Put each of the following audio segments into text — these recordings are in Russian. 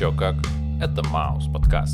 Чё как? Это Маус подкаст.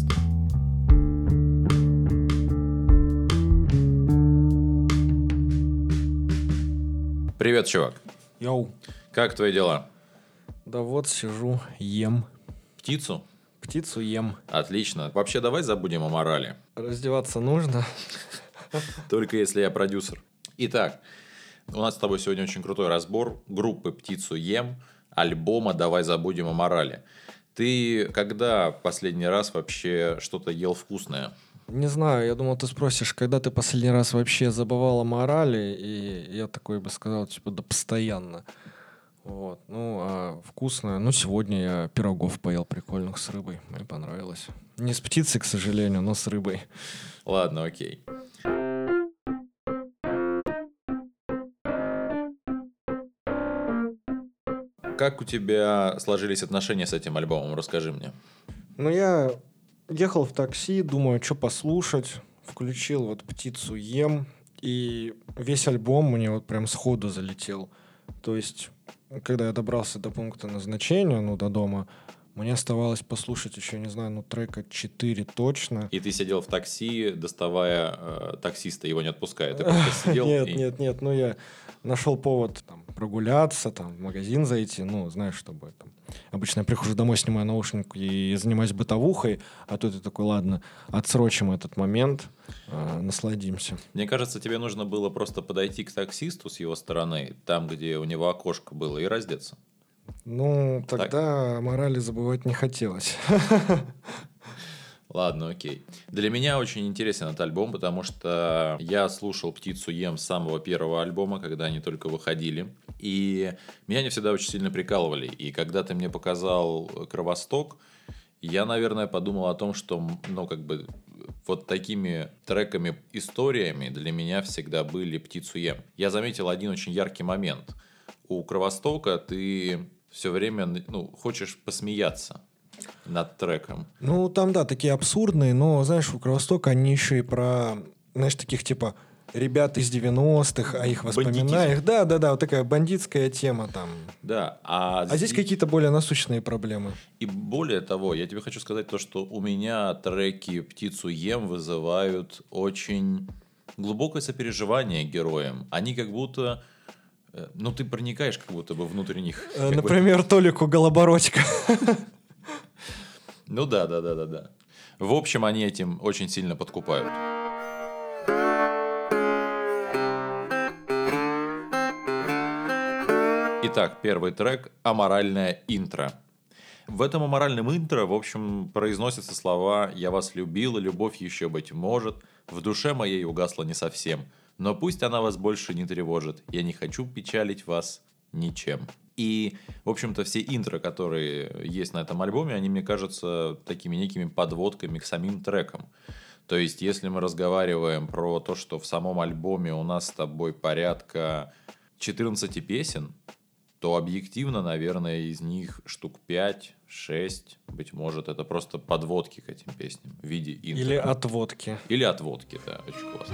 Привет, чувак. Йоу. Как твои дела? Да вот сижу, ем. Птицу? Птицу ем. Отлично. Вообще, давай забудем о морали. Раздеваться нужно. Только если я продюсер. Итак, у нас с тобой сегодня очень крутой разбор группы «Птицу ем», альбома «Давай забудем о морали». Ты когда последний раз вообще что-то ел вкусное? Не знаю, я думал, ты спросишь, когда ты последний раз вообще забывал о морали, и я такой бы сказал, типа, да постоянно. Вот. Ну, а вкусное. Ну, сегодня я пирогов поел прикольных с рыбой. Мне понравилось. Не с птицей, к сожалению, но с рыбой. Ладно, окей. Как у тебя сложились отношения с этим альбомом? Расскажи мне. Ну, я ехал в такси, думаю, что послушать. Включил вот «Птицу ем», и весь альбом мне вот прям сходу залетел. То есть, когда я добрался до пункта назначения, ну, до дома, мне оставалось послушать еще, не знаю, ну, трека 4 точно. И ты сидел в такси, доставая таксиста, его не отпуская. Ты просто сидел Нет, ну, я нашел повод там прогуляться, там, в магазин зайти, ну, знаешь, чтобы там... Обычно я прихожу домой, снимаю наушники и занимаюсь бытовухой, а тут я такой, ладно, отсрочим этот момент, насладимся. Мне кажется, тебе нужно было просто подойти к таксисту с его стороны, там, где у него окошко было, и раздеться. Ну, тогда о морали забывать не хотелось. Ладно, окей. Для меня очень интересен этот альбом, потому что я слушал «Птицу ем» с самого первого альбома, когда они только выходили. И меня они всегда очень сильно прикалывали. И когда ты мне показал «Кровосток», я, наверное, подумал о том, что, ну, как бы, вот такими треками, историями для меня всегда были «Птицу ем». Я заметил один очень яркий момент. У «Кровостока» ты все время, ну, хочешь посмеяться над треком. Ну, там, да, такие абсурдные, но, знаешь, у Кровостока они еще и про, знаешь, таких, типа, ребят из 90-х, о их воспоминаниях. Да, вот такая бандитская тема там. Да. А здесь какие-то более насущные проблемы. И более того, я тебе хочу сказать то, что у меня треки «Птицу ем» вызывают очень глубокое сопереживание героям. Они как будто... Ну, ты проникаешь как будто бы внутрь них. Например, Толику Голобородько. Ну да. В общем, они этим очень сильно подкупают. Итак, первый трек «Аморальное интро». В этом аморальном интро, в общем, произносятся слова «Я вас любил, и любовь еще быть может, в душе моей угасла не совсем, но пусть она вас больше не тревожит, я не хочу печалить вас ничем». И, в общем-то, все интро, которые есть на этом альбоме, они, мне кажутся, такими некими подводками к самим трекам. То есть, если мы разговариваем про то, что в самом альбоме у нас с тобой порядка 14 песен, то объективно, наверное, из них штук 5-6, быть может, это просто подводки к этим песням в виде интро. Или отводки. Или отводки, да, очень классно.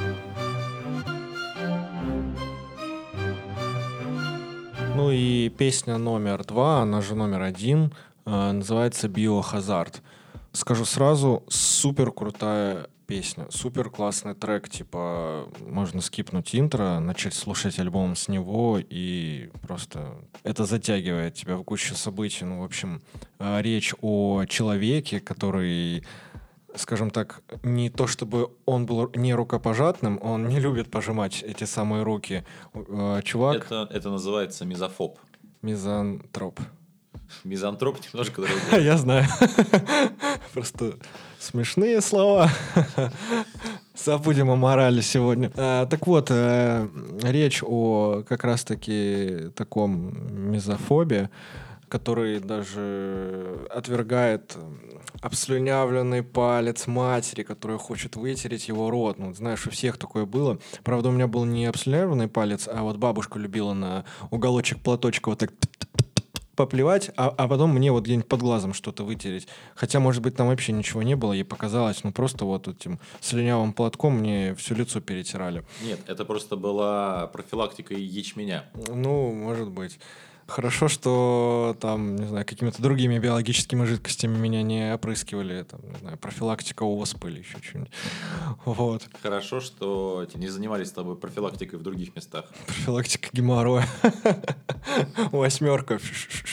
Ну и песня номер 2, она же номер 1, называется «Биохазард». Скажу сразу, супер крутая песня, супер классный трек, типа можно скипнуть интро, начать слушать альбом с него, и просто это затягивает тебя в гущу событий. Ну, в общем, речь о человеке, который, скажем так, не то чтобы он был не рукопожатным, он не любит пожимать эти самые руки. Чувак... Это называется мизофоб. Мизантроп. Мизантроп немножко другой. Я знаю. Просто смешные слова. Забудем о морали сегодня. Так вот, речь о как раз-таки таком мизофобе, который даже отвергает обслюнявленный палец матери, которая хочет вытереть его рот. Ну, знаешь, у всех такое было. Правда, у меня был не обслюнявленный палец, а вот бабушка любила на уголочек платочка вот так поплевать, а потом мне вот где-нибудь под глазом что-то вытереть. Хотя, может быть, там вообще ничего не было, ей показалось, ну просто вот этим слюнявым платком мне все лицо перетирали. Нет, это просто была профилактика ячменя. Ну, может быть. Хорошо, что там, не знаю, какими-то другими биологическими жидкостями меня не опрыскивали, там, не знаю, профилактика оспы или еще что-нибудь. Вот. Хорошо, что не занимались с тобой профилактикой в других местах. Профилактика геморроя. Восьмерка.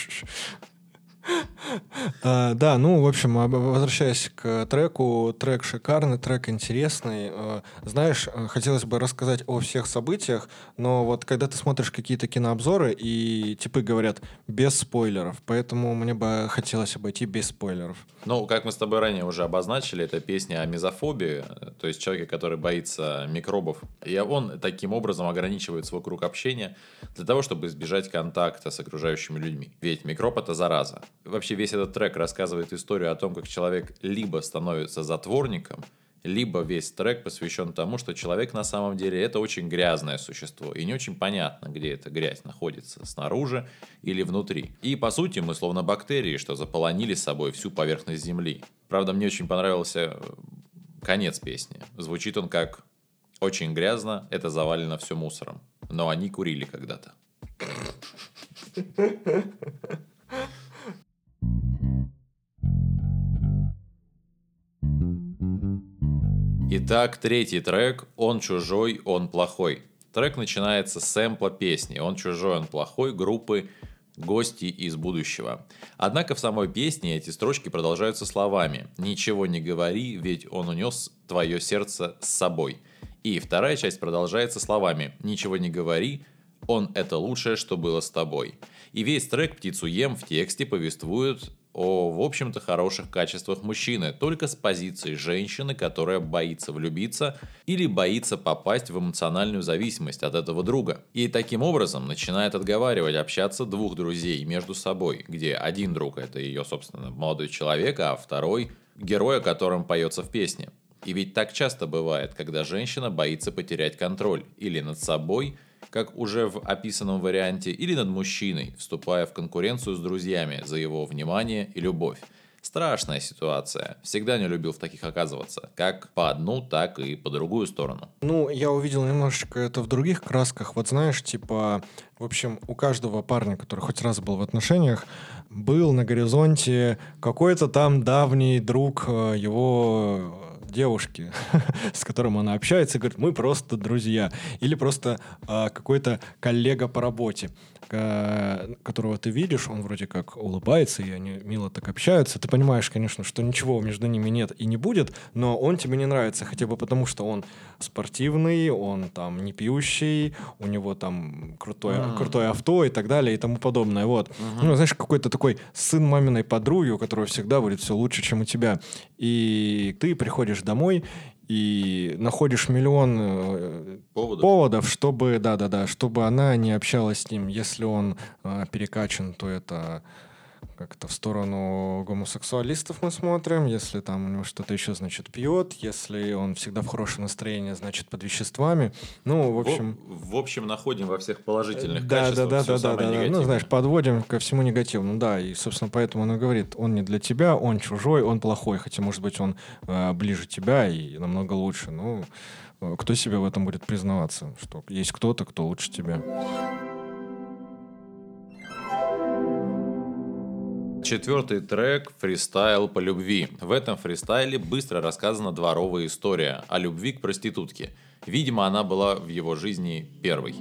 Да, ну, в общем, возвращаясь к треку, трек шикарный, трек интересный. Знаешь, хотелось бы рассказать о всех событиях, но вот когда ты смотришь какие-то кинообзоры, и типы говорят без спойлеров, поэтому мне бы хотелось обойти без спойлеров. Ну, как мы с тобой ранее уже обозначили, это песня о мизофобии, то есть человеке, который боится микробов. И он таким образом ограничивает свой круг общения для того, чтобы избежать контакта с окружающими людьми. Ведь микроб – это зараза. Вообще весь этот трек рассказывает историю о том, как человек либо становится затворником, либо весь трек посвящен тому, что человек на самом деле это очень грязное существо, и не очень понятно, где эта грязь находится, снаружи или внутри. И по сути мы словно бактерии, что заполонили с собой всю поверхность Земли. Правда, мне очень понравился конец песни. Звучит он как «очень грязно, это завалено все мусором, но они курили когда-то». Итак, третий трек «Он чужой, он плохой». Трек начинается с сэмпла песни «Он чужой, он плохой» группы «Гости из будущего». Однако в самой песне эти строчки продолжаются словами «Ничего не говори, ведь он унес твое сердце с собой». И вторая часть продолжается словами «Ничего не говори, он это лучшее, что было с тобой». И весь трек «Птицу ем» в тексте повествует о, в общем-то, хороших качествах мужчины, только с позиции женщины, которая боится влюбиться или боится попасть в эмоциональную зависимость от этого друга. И таким образом начинает отговаривать общаться двух друзей между собой, где один друг – это ее, собственно, молодой человек, а второй – герой, о котором поется в песне. И ведь так часто бывает, когда женщина боится потерять контроль или над собой, как уже в описанном варианте, или над мужчиной, вступая в конкуренцию с друзьями за его внимание и любовь. Страшная ситуация. Всегда не любил в таких оказываться. Как по одну, так и по другую сторону. Ну, я увидел немножечко это в других красках. Вот знаешь, типа, в общем, у каждого парня, который хоть раз был в отношениях, был на горизонте какой-то там давний друг его девушки, с которым она общается, и говорит, мы просто друзья. Или просто какой-то коллега по работе, которого ты видишь, он вроде как улыбается, и они мило так общаются. Ты понимаешь, конечно, что ничего между ними нет и не будет, но он тебе не нравится хотя бы потому, что он спортивный, он там не пьющий, у него там крутое авто и так далее и тому подобное. Вот. Ну, знаешь, какой-то такой сын маминой подруги, у которого всегда будет все лучше, чем у тебя. И ты приходишь домой и находишь миллион поводов, чтобы, чтобы она не общалась с ним. Если он перекачан, то это как-то в сторону гомосексуалистов мы смотрим. Если там у него что-то еще, значит, пьет. Если он всегда в хорошем настроении, значит, под веществами. Ну, в общем... В общем, находим во всех положительных качествах все самое негативное. Ну, знаешь, подводим ко всему негативному. Да, и, собственно, поэтому он и говорит, он не для тебя, он чужой, он плохой. Хотя, может быть, он ближе тебя и намного лучше. Ну, кто себе в этом будет признаваться? Что есть кто-то, кто лучше тебя. Четвертый трек «Фристайл по любви». В этом фристайле быстро рассказана дворовая история о любви к проститутке. Видимо, она была в его жизни первой.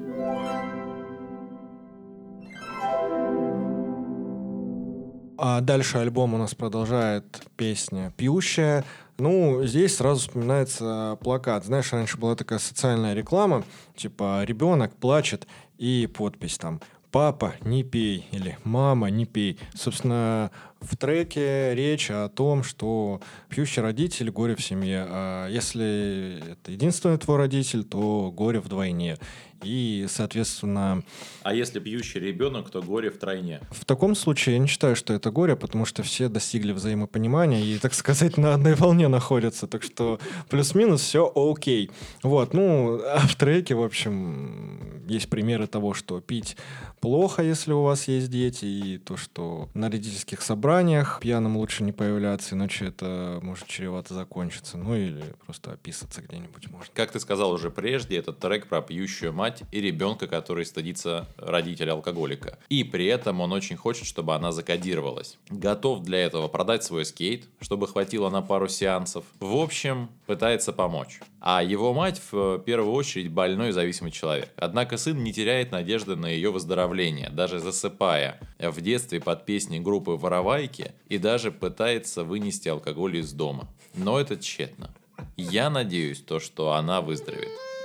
А дальше альбом у нас продолжает песня «Пьющая». Ну, здесь сразу вспоминается плакат. Знаешь, раньше была такая социальная реклама, типа «Ребенок плачет» и подпись там «Папа, не пей» или «Мама, не пей». Собственно, в треке речь о том, что пьющий родитель – горе в семье. А если это единственный твой родитель, то горе вдвойне. И, соответственно... А если пьющий ребенок, то горе втройне. В таком случае я не считаю, что это горе, потому что все достигли взаимопонимания и, так сказать, на одной волне находятся. Так что плюс-минус все окей. Вот, ну, а в треке, в общем, есть примеры того, что пить плохо, если у вас есть дети, и то, что на родительских собраниях собраниях пьяным лучше не появляться, иначе это может чревато закончиться. Ну или просто описаться где-нибудь можно. Как ты сказал уже прежде, этот трек про пьющую мать и ребенка, который стыдится родителя-алкоголика. И при этом он очень хочет, чтобы она закодировалась. Готов для этого продать свой скейт, чтобы хватило на пару сеансов. В общем, пытается помочь. А его мать в первую очередь больной и зависимый человек. Однако сын не теряет надежды на ее выздоровление, даже засыпая в детстве под песни группы «Воровайки» и даже пытается вынести алкоголь из дома. Но это тщетно. Я надеюсь, что она выздоровеет.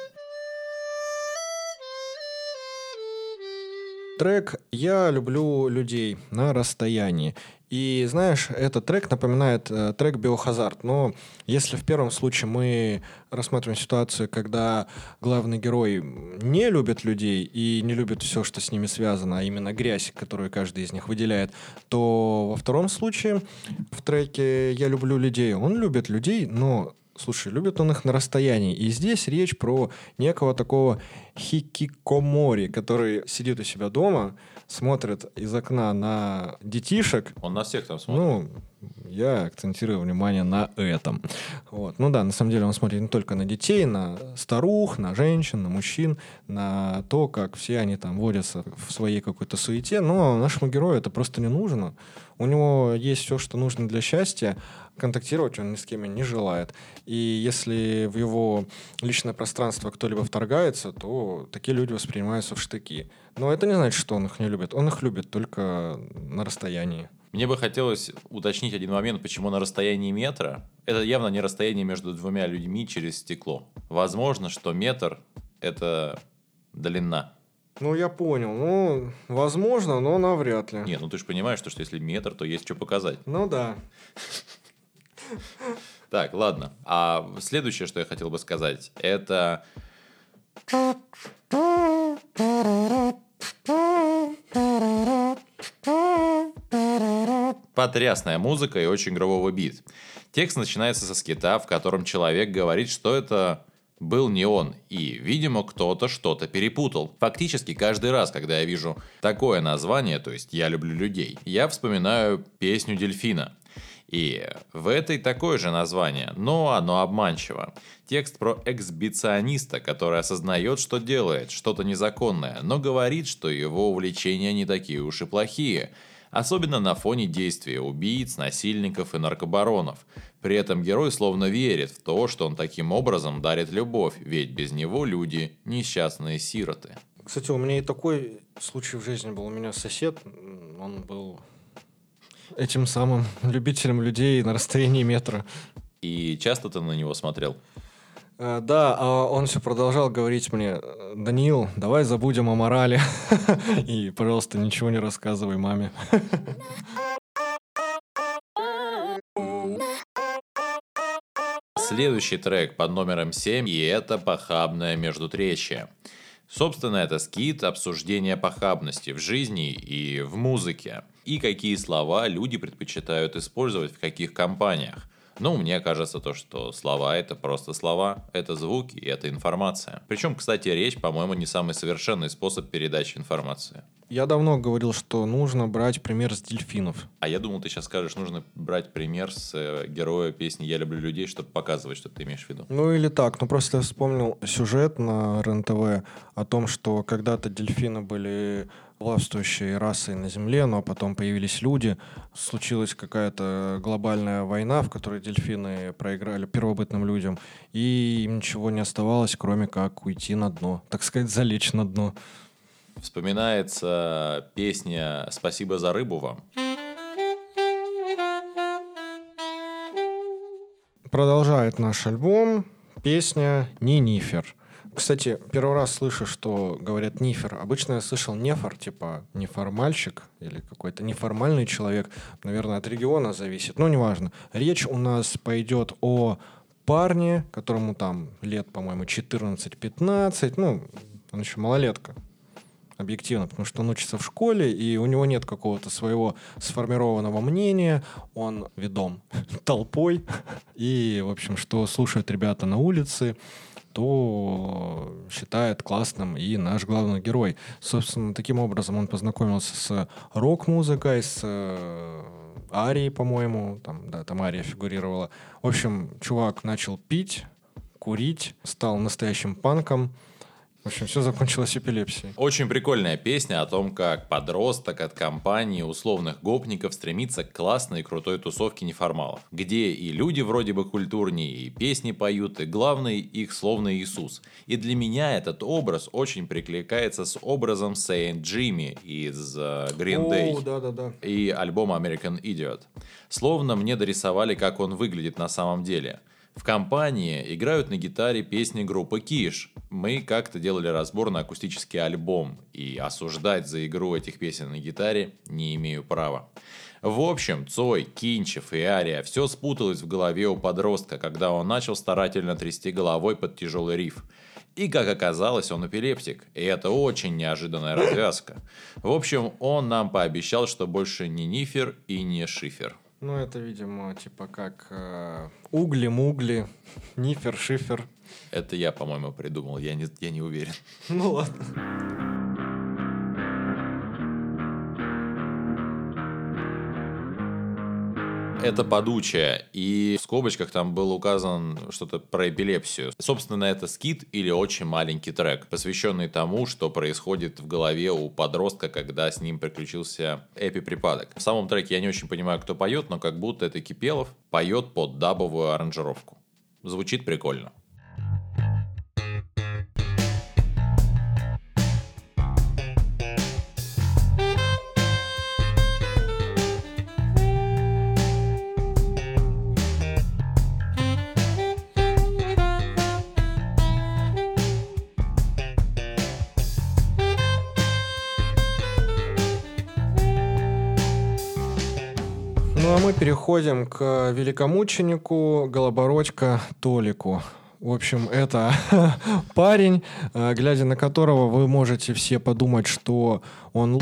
Трек «Я люблю людей на расстоянии». И знаешь, этот трек напоминает трек «Биохазард». Но если в первом случае мы рассматриваем ситуацию, когда главный герой не любит людей и не любит все, что с ними связано, а именно грязь, которую каждый из них выделяет, то во втором случае в треке «Я люблю людей» он любит людей, но... Слушай, любит он их на расстоянии. И здесь речь про некого такого хикикомори, который сидит у себя дома, смотрит из окна на детишек. Он на всех там смотрит. Ну, я акцентирую внимание на этом. Вот. Ну да, на самом деле он смотрит не только на детей, на старух, на женщин, на мужчин, на то, как все они там водятся в своей какой-то суете. Но нашему герою это просто не нужно. У него есть все, что нужно для счастья. Контактировать он ни с кем не желает. И если в его личное пространство кто-либо вторгается, то такие люди воспринимаются в штыки. Но это не значит, что он их не любит. Он их любит только на расстоянии. Мне бы хотелось уточнить один момент, почему на расстоянии метра. Это явно не расстояние между двумя людьми через стекло. Возможно, что метр – это длина. Ну, я понял. Ну, возможно, но навряд ли. Не, ну ты же понимаешь, что если метр, то есть что показать. Ну да. Так, ладно. А следующее, что я хотел бы сказать, это... Потрясная музыка и очень грововый бит. Текст начинается со скита, в котором человек говорит, что это был не он, и, видимо, кто-то что-то перепутал. Фактически каждый раз, когда я вижу такое название, то есть «Я люблю людей», я вспоминаю песню «Дельфина». И в этой такое же название, но оно обманчиво. Текст про эксбициониста, который осознает, что делает что-то незаконное, но говорит, что его увлечения не такие уж и плохие. Особенно на фоне действия убийц, насильников и наркобаронов. При этом герой словно верит в то, что он таким образом дарит любовь, ведь без него люди – несчастные сироты. Кстати, у меня и такой случай в жизни был. У меня сосед, он был этим самым любителем людей на расстоянии метра. И часто ты на него смотрел? Да, а он все продолжал говорить мне: Даниил, давай забудем о морали. И, пожалуйста, ничего не рассказывай маме. Следующий трек под номером 7, и это «Похабное междутречье». Собственно, это скит обсуждения похабности в жизни и в музыке. И какие слова люди предпочитают использовать в каких компаниях. Ну, мне кажется, что слова – это просто слова, это звуки и это информация. Причем, кстати, речь, по-моему, не самый совершенный способ передачи информации. Я давно говорил, что нужно брать пример с дельфинов. А я думал, ты сейчас скажешь, нужно брать пример с героя песни «Я люблю людей», чтобы показывать, что ты имеешь в виду. Ну или так, ну просто я вспомнил сюжет на РЕН-ТВ о том, что когда-то дельфины были властвующей расой на Земле, но потом появились люди, случилась какая-то глобальная война, в которой дельфины проиграли первобытным людям, и им ничего не оставалось, кроме как уйти на дно, так сказать, залечь на дно. Вспоминается песня «Спасибо за рыбу вам». Продолжает наш альбом песня «Нинифер». Кстати, первый раз слышу, что говорят «нифер». Обычно я слышал «нефор», типа неформальщик или какой-то неформальный человек. Наверное, от региона зависит, но неважно. Речь у нас пойдет о парне, которому там лет, по-моему, 14-15. Ну, он еще малолетка. Объективно, потому что он учится в школе, и у него нет какого-то своего сформированного мнения, он ведом толпой, и, в общем, что слушают ребята на улице, то считает классным и наш главный герой. Собственно, таким образом он познакомился с рок-музыкой, с арии, по-моему, там ария фигурировала. В общем, чувак начал пить, курить, стал настоящим панком. В общем, все закончилось эпилепсией. Очень прикольная песня о том, как подросток от компании условных гопников стремится к классной и крутой тусовке неформалов, где и люди вроде бы культурнее, и песни поют, и главный их словно Иисус. И для меня этот образ очень прикликается с образом Saint Jimmy из Green Day Да. и альбома American Idiot. Словно мне дорисовали, как он выглядит на самом деле. В компании играют на гитаре песни группы Киш. Мы как-то делали разбор на акустический альбом, и осуждать за игру этих песен на гитаре не имею права. В общем, Цой, Кинчев и Ария все спуталось в голове у подростка, когда он начал старательно трясти головой под тяжелый риф. И, как оказалось, он эпилептик, и это очень неожиданная развязка. В общем, он нам пообещал, что больше не нифер и не шифер. Ну, это, видимо, типа как угли-мугли, нифер, шифер. Это я, по-моему, придумал, я не уверен. Ну, ладно. Это подучая, и в скобочках там было указано что-то про эпилепсию. Собственно, это скит или очень маленький трек, посвященный тому, что происходит в голове у подростка, когда с ним приключился эпиприпадок. В самом треке я не очень понимаю, кто поет, но как будто это Кипелов поет под дабовую аранжировку. Звучит прикольно. Ну, а мы переходим к великомученику Голобородько Толику. В общем, это парень, глядя на которого вы можете все подумать, что он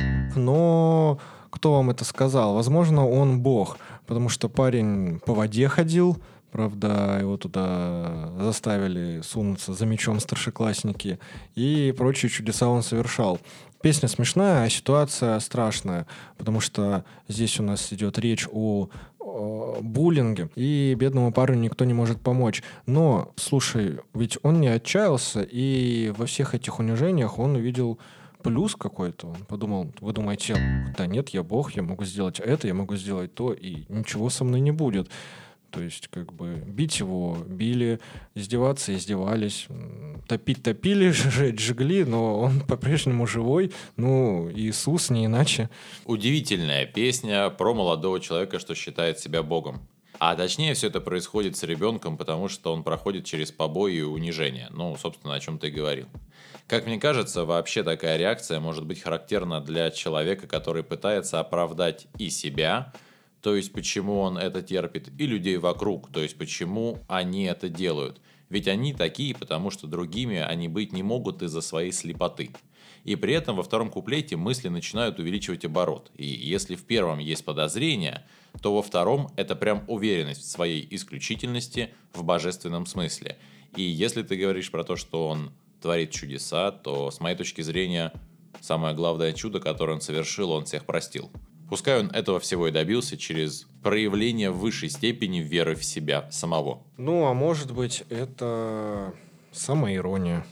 но кто вам это сказал? Возможно, он бог, потому что парень по воде ходил, правда, его туда заставили сунуться за мечом старшеклассники, и прочие чудеса он совершал. Песня смешная, а ситуация страшная, потому что здесь у нас идет речь о буллинге, и бедному парню никто не может помочь. Но, слушай, ведь он не отчаялся, и во всех этих унижениях он увидел плюс какой-то. Он подумал, вы думаете, да нет, я бог, я могу сделать это, я могу сделать то, и ничего со мной не будет. То есть, как бы, бить его били, издеваться издевались, топить топили, жечь жгли, но он по-прежнему живой. Ну, Иисус не иначе. Удивительная песня про молодого человека, что считает себя богом. А точнее, все это происходит с ребенком, потому что он проходит через побои и унижение. Ну, собственно, о чем ты и говорил. Как мне кажется, вообще такая реакция может быть характерна для человека, который пытается оправдать и себя, то есть почему он это терпит, и людей вокруг, то есть почему они это делают. Ведь они такие, потому что другими они быть не могут из-за своей слепоты. И при этом во втором куплете мысли начинают увеличивать оборот. И если в первом есть подозрение, то во втором это прям уверенность в своей исключительности в божественном смысле. И если ты говоришь про то, что он творит чудеса, то с моей точки зрения самое главное чудо, которое он совершил, он всех простил. Пускай он этого всего и добился через проявление в высшей степени веры в себя самого. Ну, а может быть, это самоирония.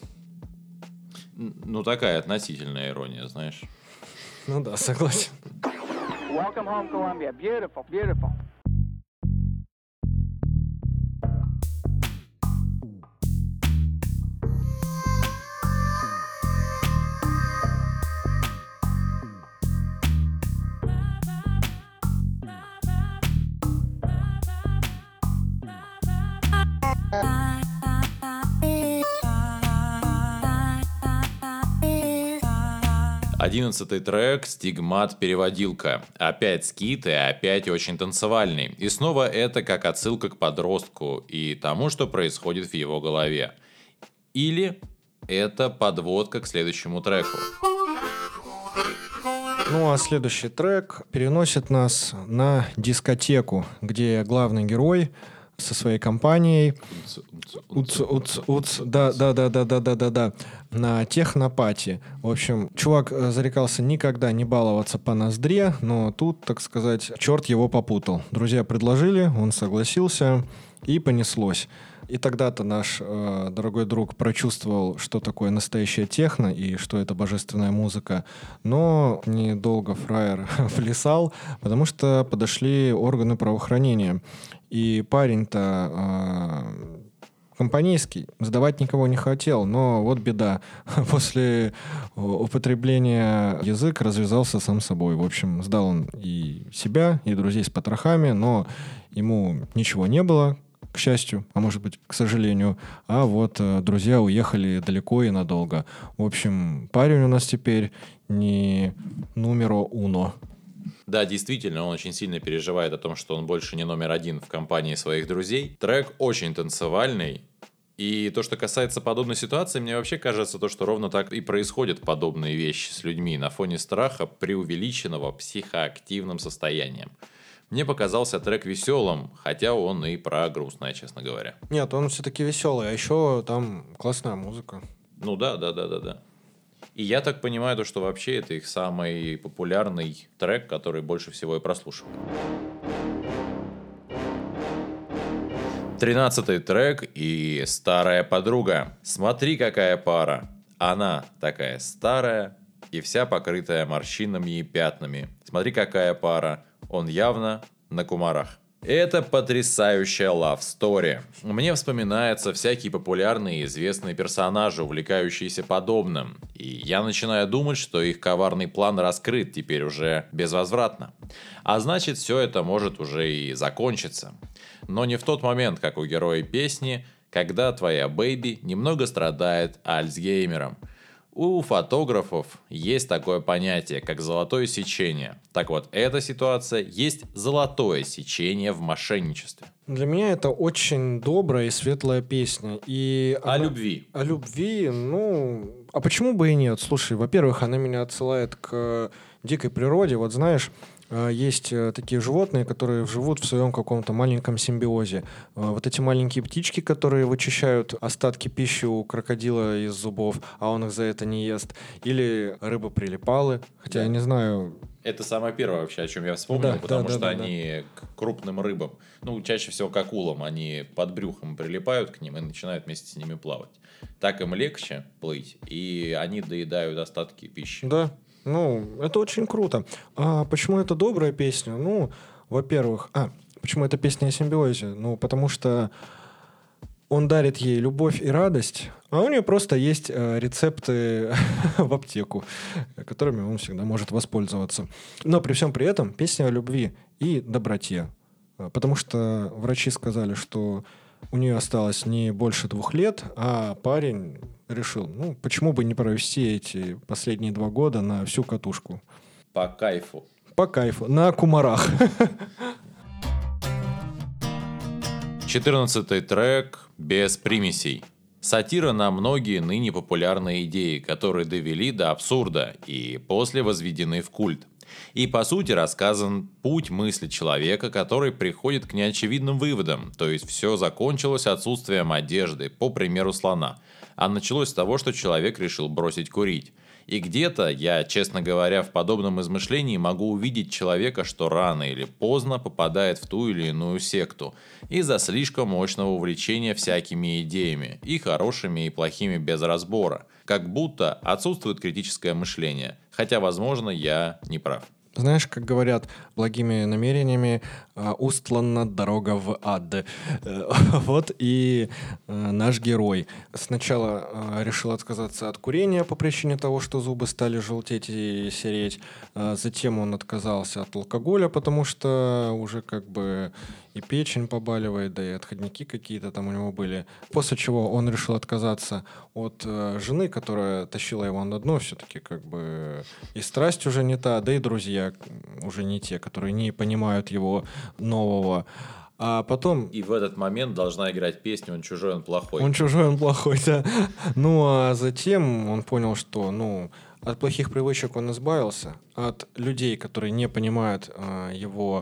Ну, такая относительная ирония, знаешь. Ну да, согласен. Welcome home, Columbia. Beautiful, beautiful. Одиннадцатый трек «Стигмат-переводилка». Опять скит и опять очень танцевальный. И снова это как отсылка к подростку и тому, что происходит в его голове. Или это подводка к следующему треку. Ну а следующий трек переносит нас на дискотеку, где главный герой со своей компанией. Да. на технопати. В общем, чувак зарекался никогда не баловаться по ноздре, но тут, так сказать, черт его попутал. Друзья предложили, он согласился, и понеслось. И тогда-то наш дорогой друг прочувствовал, что такое настоящая техно и что это божественная музыка. Но недолго фраер плясал, потому что подошли органы правоохранения. И парень-то компанейский, сдавать никого не хотел, но вот беда. После употребления язык развязался сам собой. В общем, сдал он и себя, и друзей с потрохами, но ему ничего не было, к счастью, а может быть, к сожалению. А вот друзья уехали далеко и надолго. В общем, парень у нас теперь не numero uno. Да, действительно, он очень сильно переживает о том, что он больше не номер один в компании своих друзей. Трек очень танцевальный. И то, что касается подобной ситуации, мне вообще кажется, то, что ровно так и происходят подобные вещи с людьми на фоне страха, преувеличенного психоактивным состоянием. Мне показался трек веселым, хотя он и про грустное, честно говоря. Нет, он все-таки веселый, а еще там классная музыка. Ну да. И я так понимаю, то, что вообще это их самый популярный трек, который больше всего и прослушивают. 13-й трек и «Старая подруга». Смотри, какая пара. Она такая старая и вся покрытая морщинами и пятнами. Смотри, какая пара. Он явно на кумарах. Это потрясающая love story. Мне вспоминаются всякие популярные и известные персонажи, увлекающиеся подобным. И я начинаю думать, что их коварный план раскрыт теперь уже безвозвратно. А значит, все это может уже и закончиться. Но не в тот момент, как у героя песни, когда твоя бэйби немного страдает Альцгеймером. У фотографов есть такое понятие, как золотое сечение. Так вот, эта ситуация есть золотое сечение в мошенничестве. Для меня это очень добрая и светлая песня. И О любви. О любви, ну... А почему бы и нет? Слушай, во-первых, она меня отсылает к дикой природе. Вот знаешь, есть такие животные, которые живут в своем каком-то маленьком симбиозе. Вот эти маленькие птички, которые вычищают остатки пищи у крокодила из зубов, а он их за это не ест. Или рыбы-прилипалы. Хотя Да. я не знаю... Это самое первое вообще, о чем я вспомнил, Да, потому да, что да, они к крупным рыбам, ну, чаще всего к акулам, они под брюхом прилипают к ним и начинают вместе с ними плавать. Так им легче плыть, и они доедают остатки пищи. Да, ну, это очень круто. А почему это добрая песня? Ну, во-первых... почему это песня о симбиозе? Ну, потому что он дарит ей любовь и радость, а у нее просто есть рецепты в аптеку, которыми он всегда может воспользоваться. Но при всем при этом песня о любви и доброте. Потому что врачи сказали, что у нее осталось не больше 2 лет, а парень решил, ну, почему бы не провести эти последние 2 года на всю катушку. По кайфу. По кайфу, на кумарах. 14-й трек «Без примесей». Сатира на многие ныне популярные идеи, которые довели до абсурда и после возведены в культ. И по сути рассказан путь мысли человека, который приходит к неочевидным выводам, то есть все закончилось отсутствием одежды, по примеру слона, а началось с того, что человек решил бросить курить. И где-то я, честно говоря, в подобном измышлении могу увидеть человека, что рано или поздно попадает в ту или иную секту из-за слишком мощного увлечения всякими идеями, и хорошими, и плохими без разбора. Как будто отсутствует критическое мышление, хотя, возможно, я не прав. Знаешь, как говорят, благими намерениями устлана дорога в ад. Вот и наш герой. Сначала решил отказаться от курения по причине того, что зубы стали желтеть и сереть. Затем он отказался от алкоголя, потому что уже как бы и печень побаливает, да и отходники какие-то там у него были. После чего он решил отказаться от жены, которая тащила его на дно, все-таки как бы и страсть уже не та, да и друзья уже не те, которые не понимают его нового. А потом... И в этот момент должна играть песня «Он чужой, он плохой». Он чужой, он плохой, да. Ну, а затем он понял, что, от плохих привычек он избавился, от людей, которые не понимают его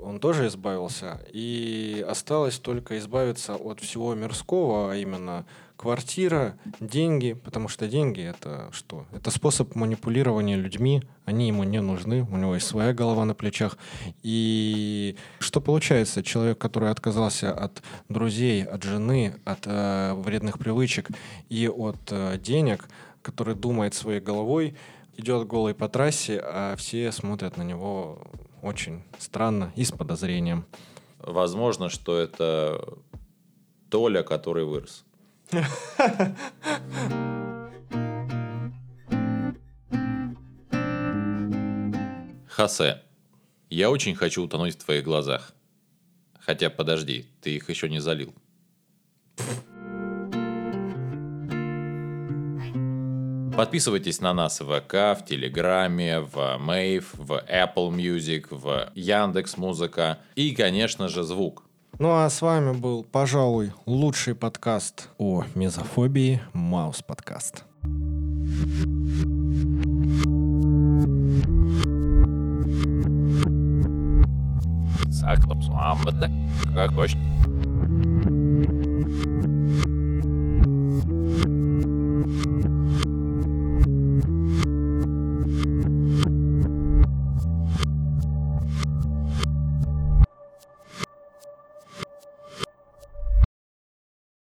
он тоже избавился. И осталось только избавиться от всего мирского, а именно квартира, деньги, потому что деньги — это что? Это способ манипулирования людьми, они ему не нужны, у него есть своя голова на плечах. И что получается? Человек, который отказался от друзей, от жены, от вредных привычек и от денег, который думает своей головой, идет голый по трассе, а все смотрят на него очень странно и с подозрением. Возможно, что это Толя, который вырос. Хосе, я очень хочу утонуть в твоих глазах. Хотя, подожди, ты их еще не залил. Подписывайтесь на нас в ВК, в Телеграме, в Mave, в Apple Music, в Яндекс.Музыка и, конечно же, звук. Ну а с вами был, пожалуй, лучший подкаст о мизофобии — Маус подкаст. Как хочешь.